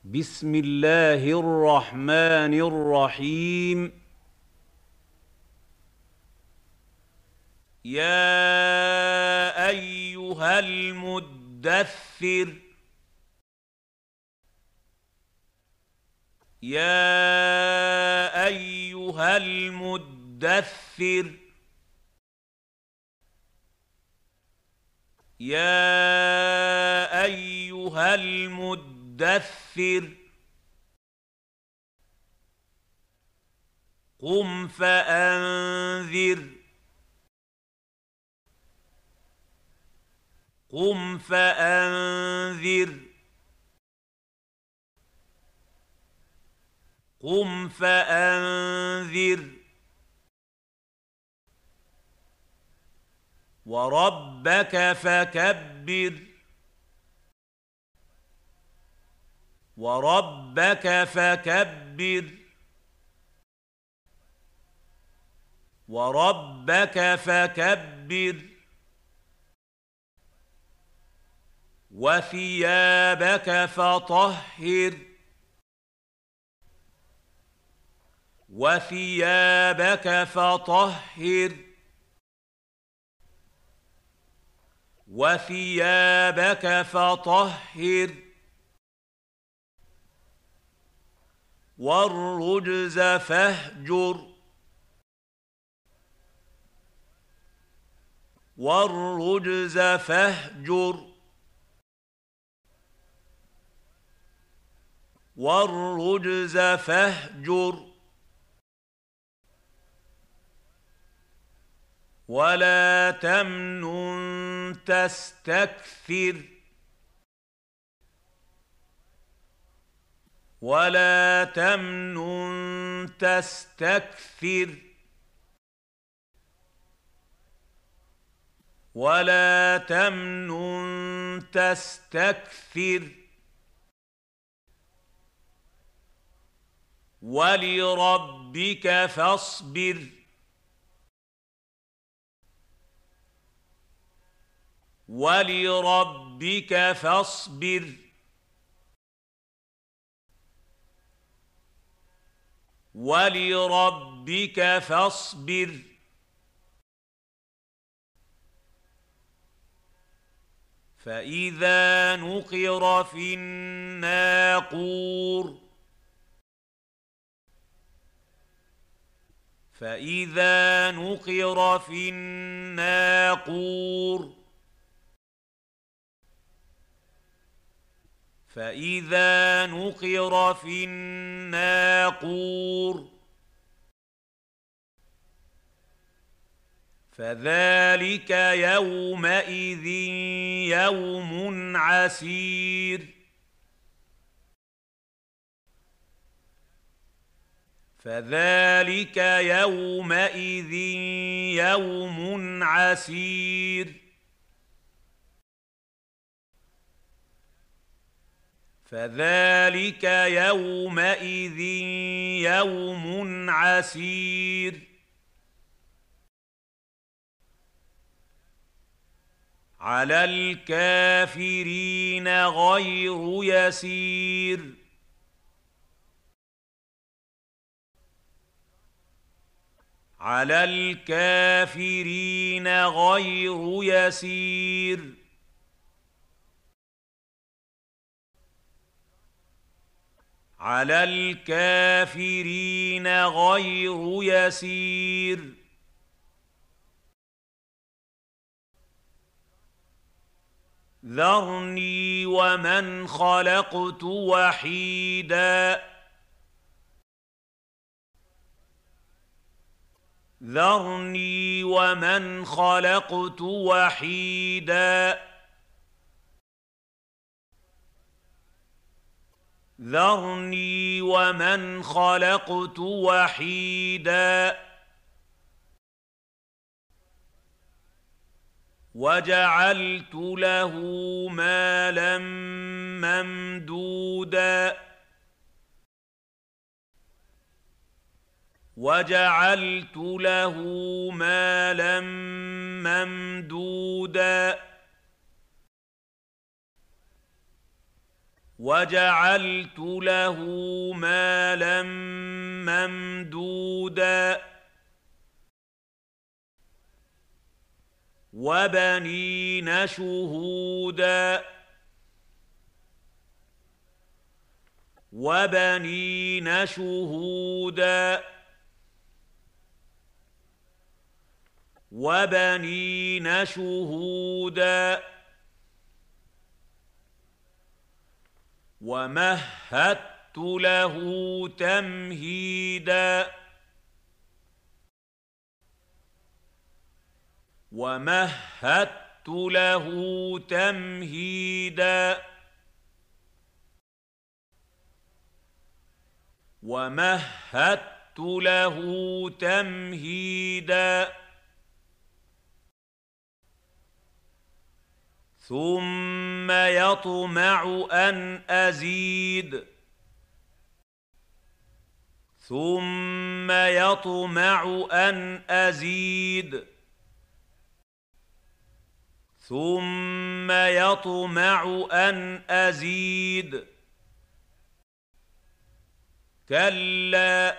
بسم الله الرحمن الرحيم. يا أيها المدثر يا أيها المدثر يا أيها المدثر قم فأنذر قم فأنذر قم فأنذر وربك فكبر وربك فكبر وربك فكبر وثيابك فطهر وثيابك فطهر وثيابك فطهر والرجز فاهجر والرجز فاهجر والرجز فاهجر ولا تمنن تستكثر ولا تمنن تستكثر ولا تمنن تستكثر ولربك فاصبر ولربك فاصبر ولربك فاصبر فإذا نقر في الناقور فإذا نقر في الناقور فإذا نقر في الناقور فذلك يومئذ يوم عسير فذلك يومئذ يوم عسير فذلك يومئذ يوم عسير على الكافرين غير يسير على الكافرين غير يسير على الكافرين غير يسير ذرني ومن خلقت وحيدا ذرني ومن خلقت وحيدا ذرني ومن خلقت وحيدا وجعلت له مالا ممدودا وجعلت له مالا ممدودا وجعلت له مالا ممدودا وبنين شهودا وبنين شهودا وبنين شهودا ومهدت له تمهيدا ومهدت له تمهيدا ومهدت له تمهيدا ثم يطمع أن أزيد ثم يطمع أن أزيد ثم يطمع أن أزيد كلا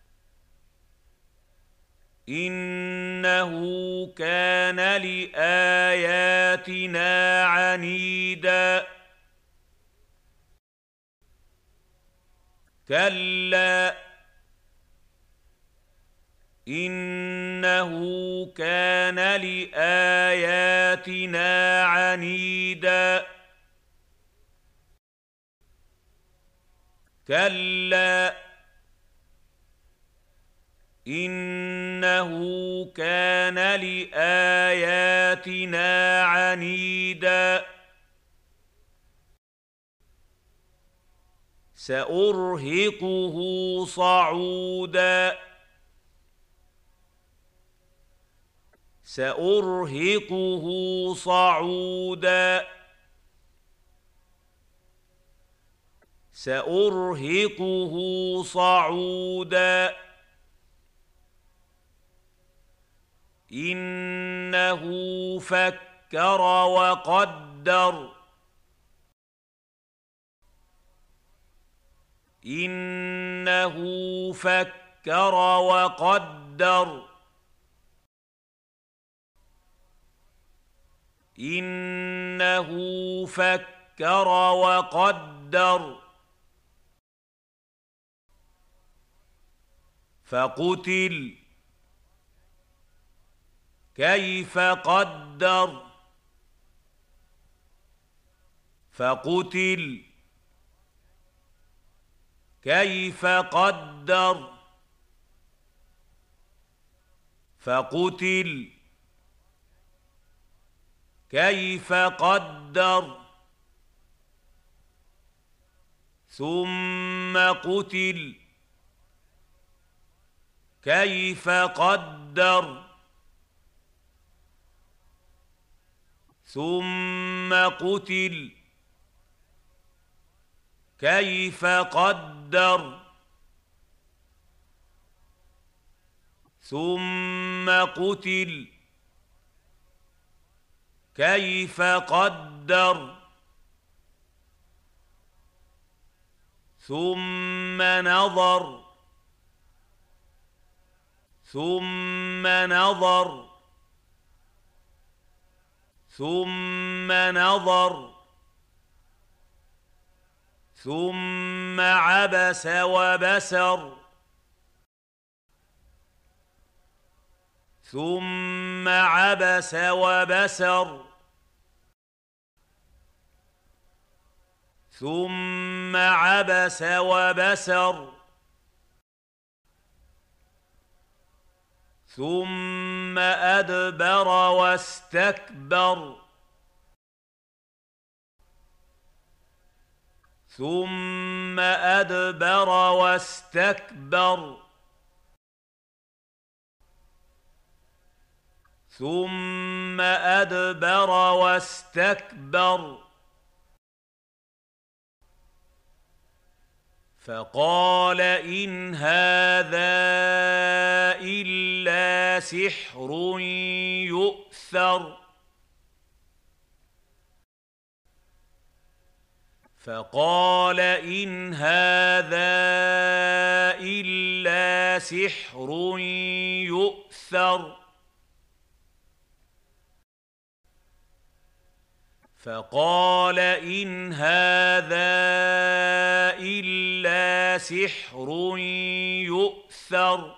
إنه كان لآياتنا عنيدا كلا إنه كان لآياتنا عنيدا كلا إنه كان لآياتنا عنيدا سأرهقه صعودا سأرهقه صعودا سأرهقه صعودا إنه فكر وقدر إنه فكر وقدر إنه فكر وقدر فقتل كيف قدر فقتل كيف قدر فقتل كيف قدر ثم قتل كيف قدر ثم قتل كيف قدر ثم قتل كيف قدر ثم نظر ثم نظر ثم نظر ثم عبس وبسر ثم عبس وبسر ثم عبس وبسر ثم أدبر واستكبر ثم أدبر واستكبر ثم أدبر واستكبر فقال إن هذا إلا سحر يؤثر فقال إن هذا إلا سحر يؤثر فقال إن هذا إلا سحر يؤثر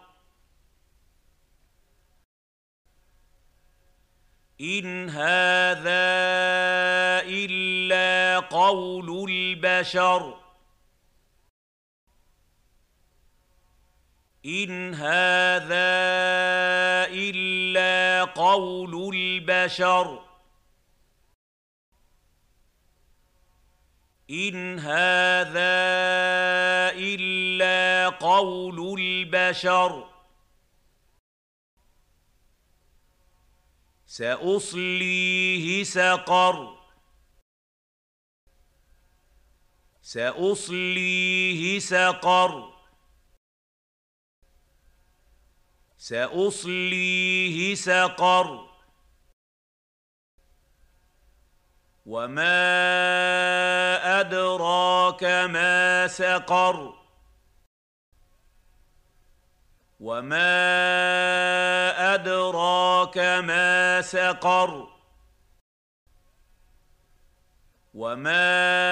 إن هذا إلا قول البشر إن هذا إلا قول البشر إن هذا إلا قول البشر سأصليه سقر سأصليه سقر سأصليه سقر وما أدراك ما سقر وما أدراك ما سقر وما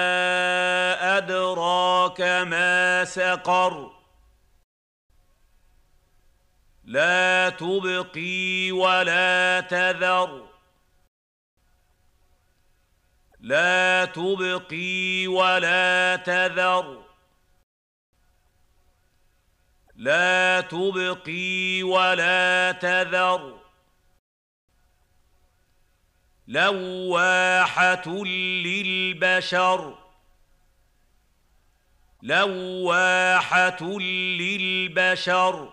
أدراك ما سقر لا تبقي ولا تذر لا تبقي ولا تذر لا تبقي ولا تذر لواحة للبشر لواحة للبشر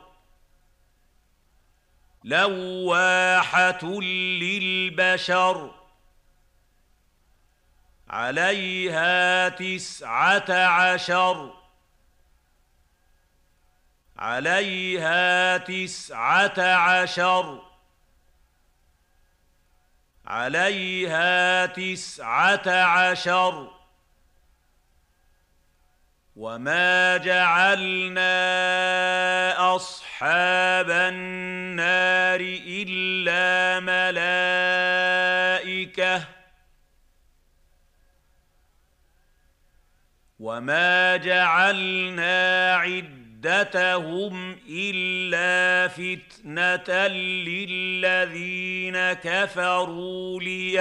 لواحة للبشر عليها 19 عليها 19 عليها 19 وما جعلنا أصحاب النار إلا ملائكة وما جعلنا عدتهم إلا فتنة للذين كفروا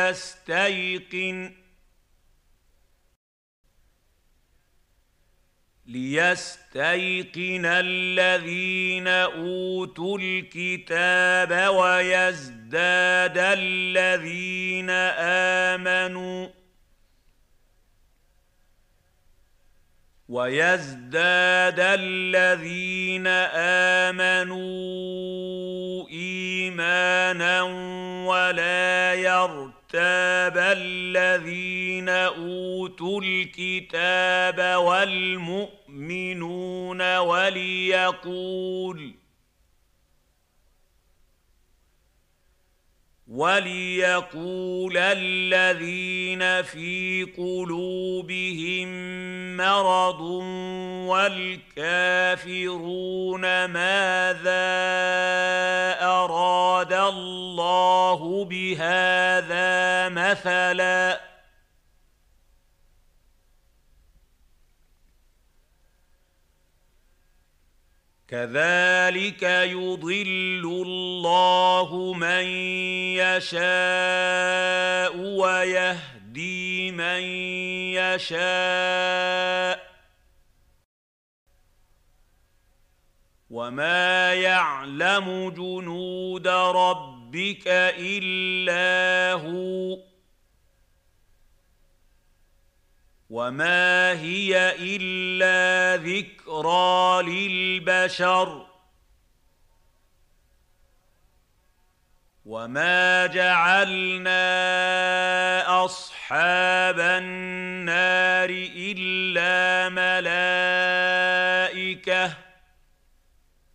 ليستيقن الذين أوتوا الكتاب ويزداد الذين آمنوا إيمانا ولا يرتاب الذين أوتوا الكتاب والمؤمنون وليقول الذين في قلوبهم مرض والكافرون ماذا أراد الله بهذا مثلا كذلك يضل الله من يشاء ويهدي من يشاء وما يعلم جنود ربك إلا هو وما هي إلا ذكرى للبشر وما جعلنا أصحاب النار إلا ملائكة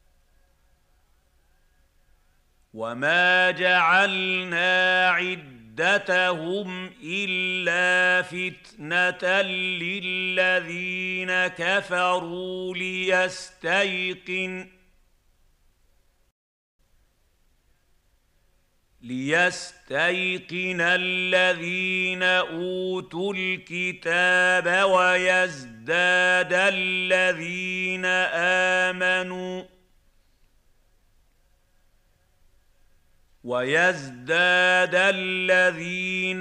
وما جعلنا عدتهم إلا فتنة للذين كفروا ليستيقن الذين أوتوا الكتاب ويزداد الذين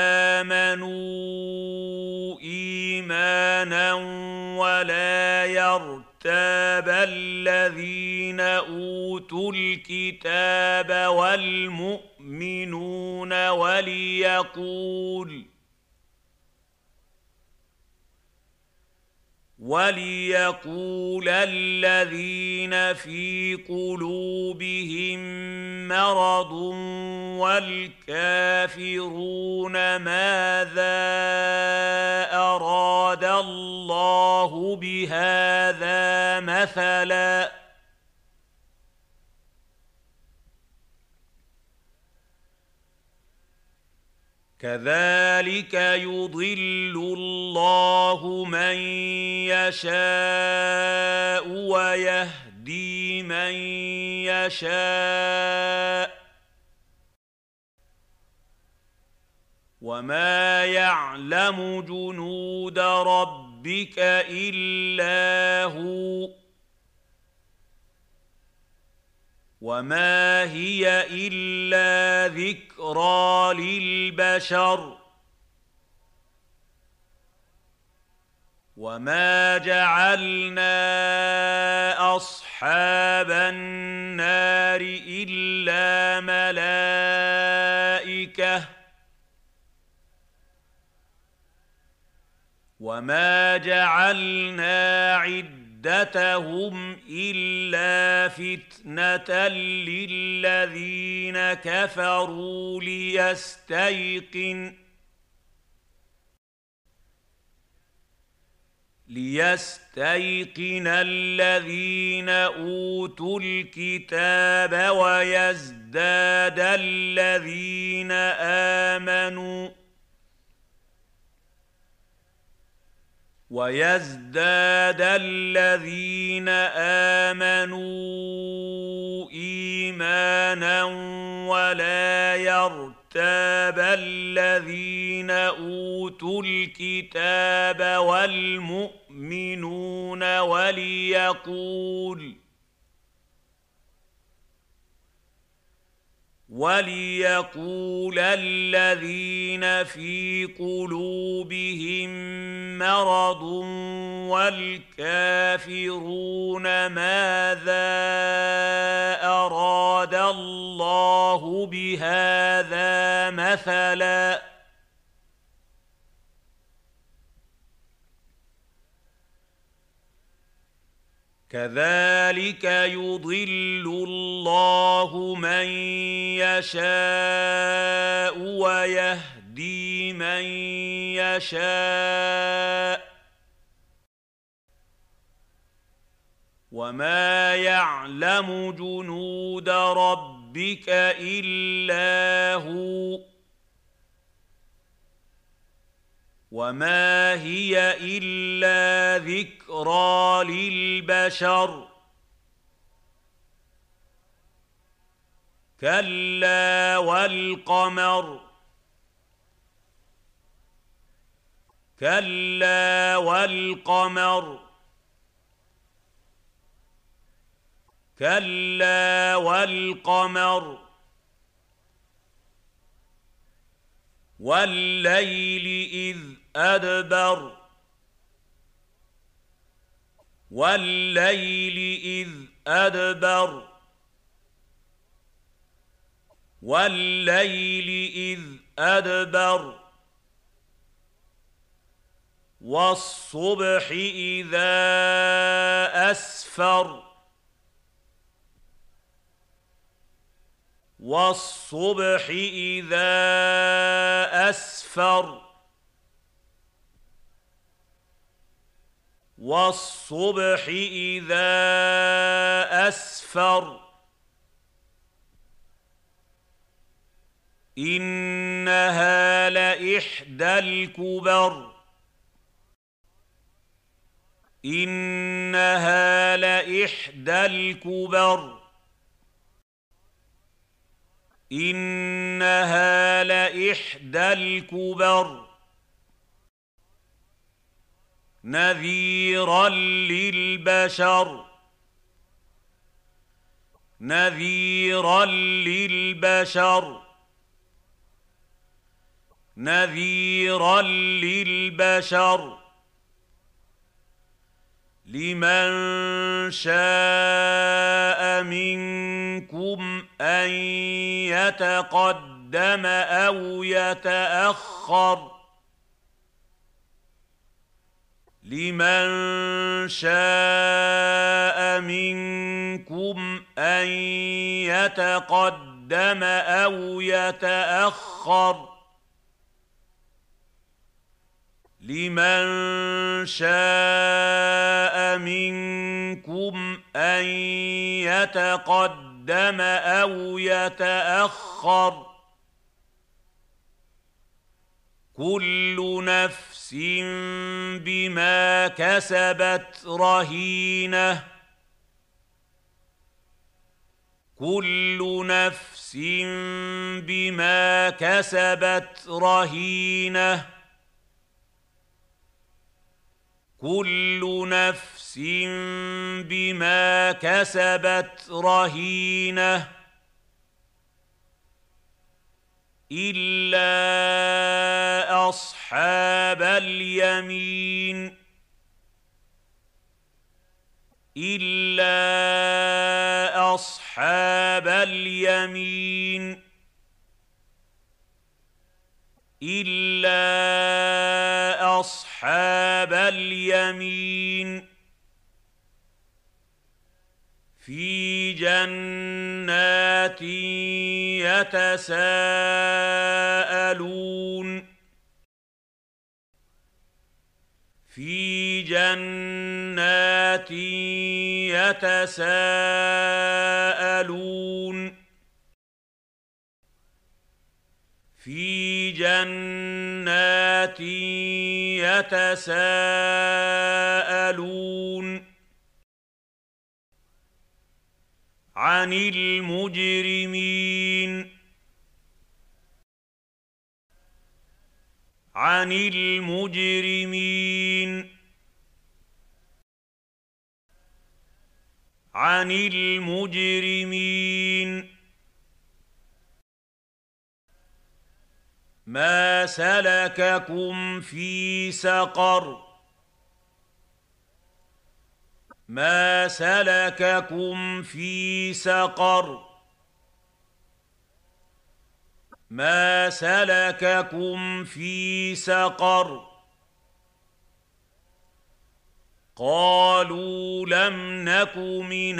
آمنوا إيمانا ولا يرتاب الذين أوتوا الكتاب والمؤمنون وليقول الذين في قلوبهم مرض والكافرون ماذا أراد الله بهذا مثلا كذلك يضل الله من يشاء ويهدي من يشاء وما يعلم جنود ربك إلا هو وما هي إلا ذكرى للبشر وما جعلنا أصحاب النار إلا ملائكة وما جعلنا عدتهم إلا فتنة للذين كفروا ليستيقن الذين أوتوا الكتاب ويزداد الذين آمنوا إيمانا ولا يرتاب الذين أوتوا الكتاب والمؤمنون وليقول الذين في قلوبهم مرض والكافرون ماذا أراد الله بهذا مثلا كذلك يضل الله من يشاء ويهدي من يشاء وما يعلم جنود ربك إلا هو وما هي إلا ذكرى للبشر كلا والقمر كلا والقمر كلا والقمر والليل إذ أدبر والليل إذ أدبر والليل إذ أدبر والصبح إذا أسفر والصبح إذا أسفر والصبح إذا أسفر إنها لإحدى الكبر إنها لإحدى الكبر إنها لإحدى الكبر نذيرا للبشر نذيرا للبشر نذيرا للبشر لمن شاء منكم أن يتقدم أو يتأخر لمن شاء منكم أن يتقدم أو يتأخر لمن شاء منكم أن يتقدم أو يتأخر كل نفس بما كسبت رهينة كل نفس بما كسبت رهينة كل نفس بما كسبت رهينة إلا أصحاب اليمين إلا أصحاب اليمين إلا أصحاب اليمين في جنات يتساءلون في جنات يتساءلون في جنات يتساءلون عن المجرمين عن المجرمين عن المجرمين ما سلككم في سقر ما سلككم في سقر ما سلككم في سقر قالوا لم نك من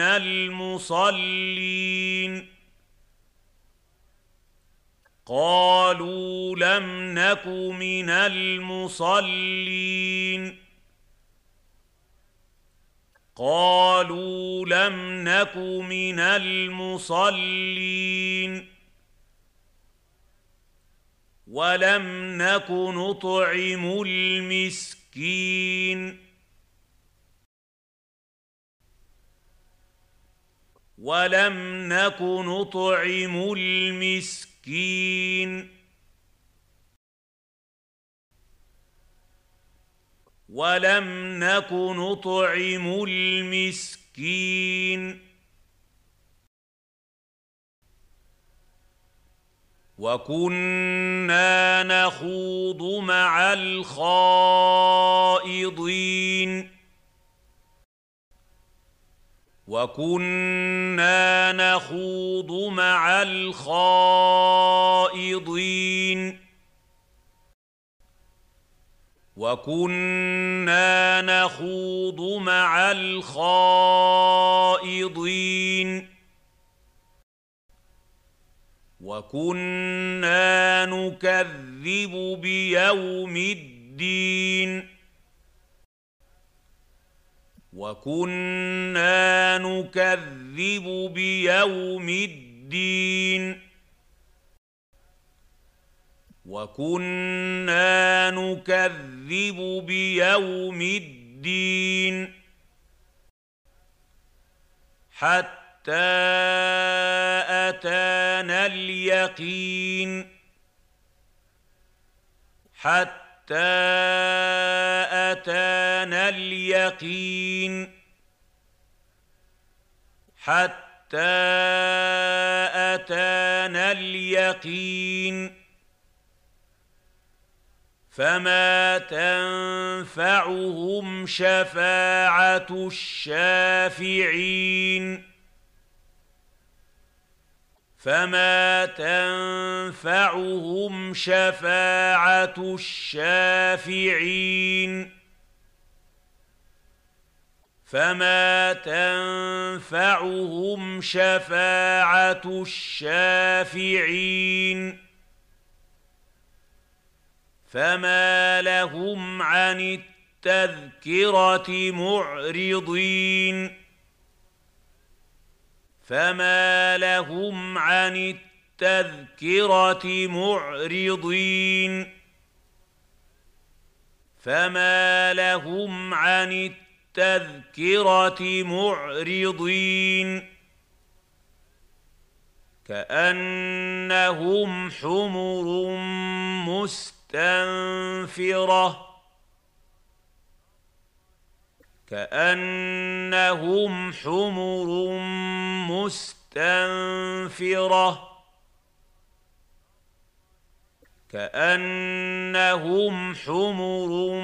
المصلين قالوا لم نك من المصلين قالوا لم نك من المصلين ولم نك نطعم المسكين ولم نك نطعم المسكين ولم نك نطعم المسكين وكنا نخوض مع الخائضين وكنا نخوض مع الخائضين وكنا نخوض مع الخائضين وكنا نكذب بيوم الدين وكنا نكذب بيوم الدين وكنا نكذب بيوم الدين حتى أتانا اليقين حتى أتانا اليقين حتى أتانا اليقين فما تنفعهم شفاعة الشافعين فما تنفعهم شفاعة الشافعين فما تنفعهم شفاعة الشافعين فما لهم عن التذكرة معرضين فما لهم عن التذكرة معرضين فما لهم عن التذكرة معرضين كأنهم حمر مستنفرة كأنهم حمر مستنفرة كأنهم حمر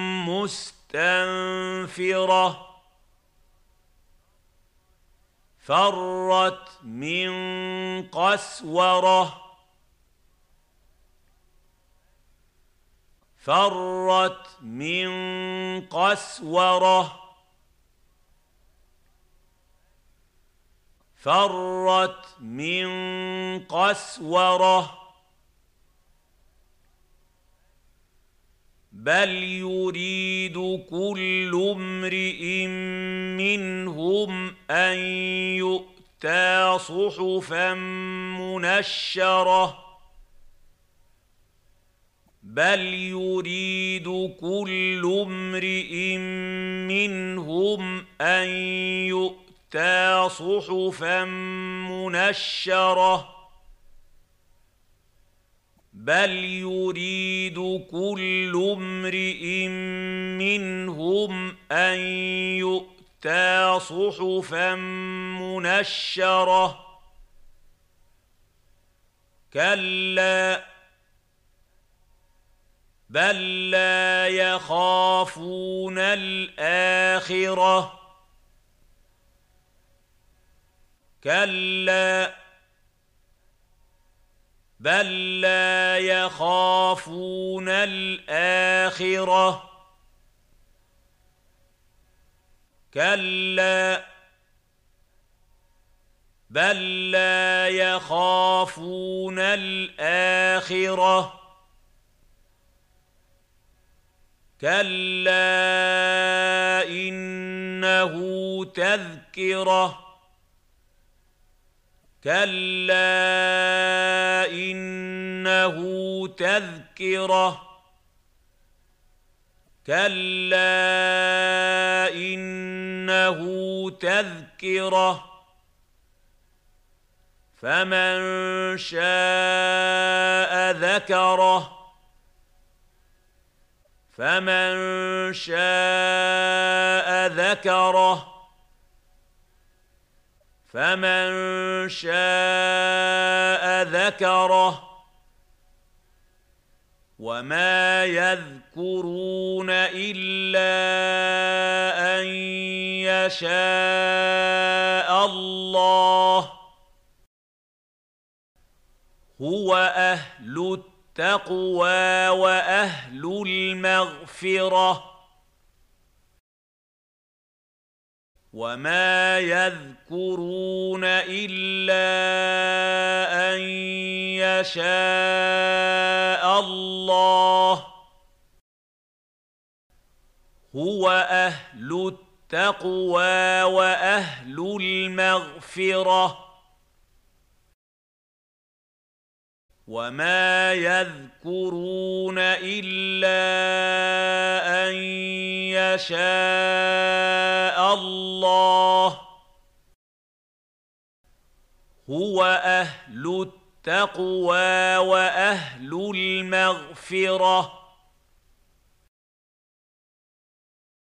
مستنفرة فرت من قسورة فرت من قسورة فرت من قسورة بل يريد كل امرئ منهم أن يؤتى صحفا منشرة بل يريد كل امرئ منهم أن يؤتى صحفا منشرة بل يريد كل امرئ منهم أن يؤتى صحفا منشرة كلا بل لا يخافون الآخرة كلا بل لا يخافون الآخرة كلا بل لا يخافون الآخرة كلا إنه تذكرة كلا إنه تذكرة كلا إنه تذكرة فمن شاء ذكره فمن شاء ذكره فمن شاء ذكره وما يذكرون إلا أن يشاء الله هو أهل التقوى وأهل المغفرة وما يذكرون إلا أن يشاء الله هو أهل التقوى وأهل المغفرة وما يذكرون إلا أن يشاء الله هو أهل التقوى وأهل المغفرة